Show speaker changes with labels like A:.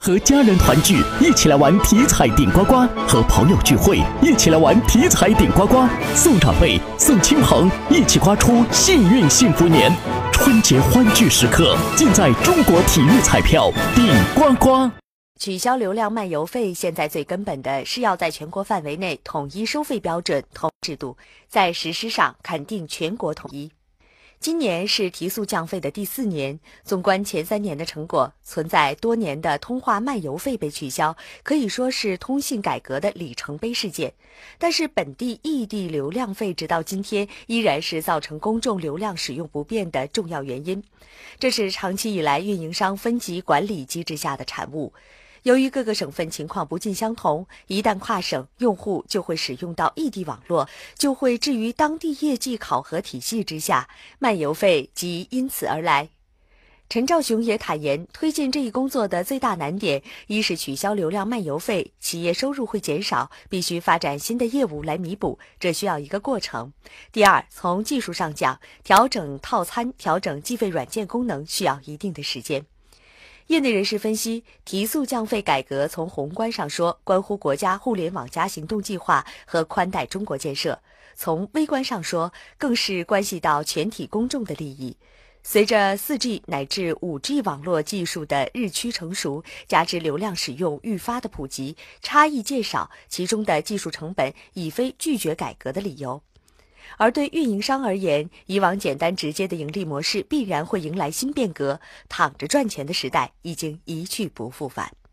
A: 和家人团聚，一起来玩体彩顶呱呱；和朋友聚会，一起来玩体彩顶呱呱。送长辈，送亲朋，一起刮出幸运幸福年。春节欢聚时刻，尽在中国体育彩票顶呱呱。
B: 取消流量漫游费，现在最根本的是要在全国范围内统一收费标准、统一制度，在实施上肯定全国统一。今年是提速降费的第4年，纵观前3年的成果，存在多年的通话漫游费被取消，可以说是通信改革的里程碑事件。但是本地、异地流量费直到今天依然是造成公众流量使用不便的重要原因，这是长期以来运营商分级管理机制下的产物。由于各个省份情况不尽相同，一旦跨省，用户就会使用到异地网络，就会置于当地业绩考核体系之下，漫游费即因此而来。陈肇雄也坦言，推进这一工作的最大难点，一是取消流量漫游费，企业收入会减少，必须发展新的业务来弥补，这需要一个过程。第二，从技术上讲，调整套餐、调整计费软件功能需要一定的时间。业内人士分析，提速降费改革从宏观上说，关乎国家互联网+行动计划和宽带中国建设；从微观上说，更是关系到全体公众的利益。随着 4G 乃至 5G 网络技术的日趋成熟，加之流量使用愈发的普及，差异渐少，其中的技术成本已非拒绝改革的理由。而对运营商而言，以往简单直接的盈利模式必然会迎来新变革，躺着赚钱的时代已经一去不复返。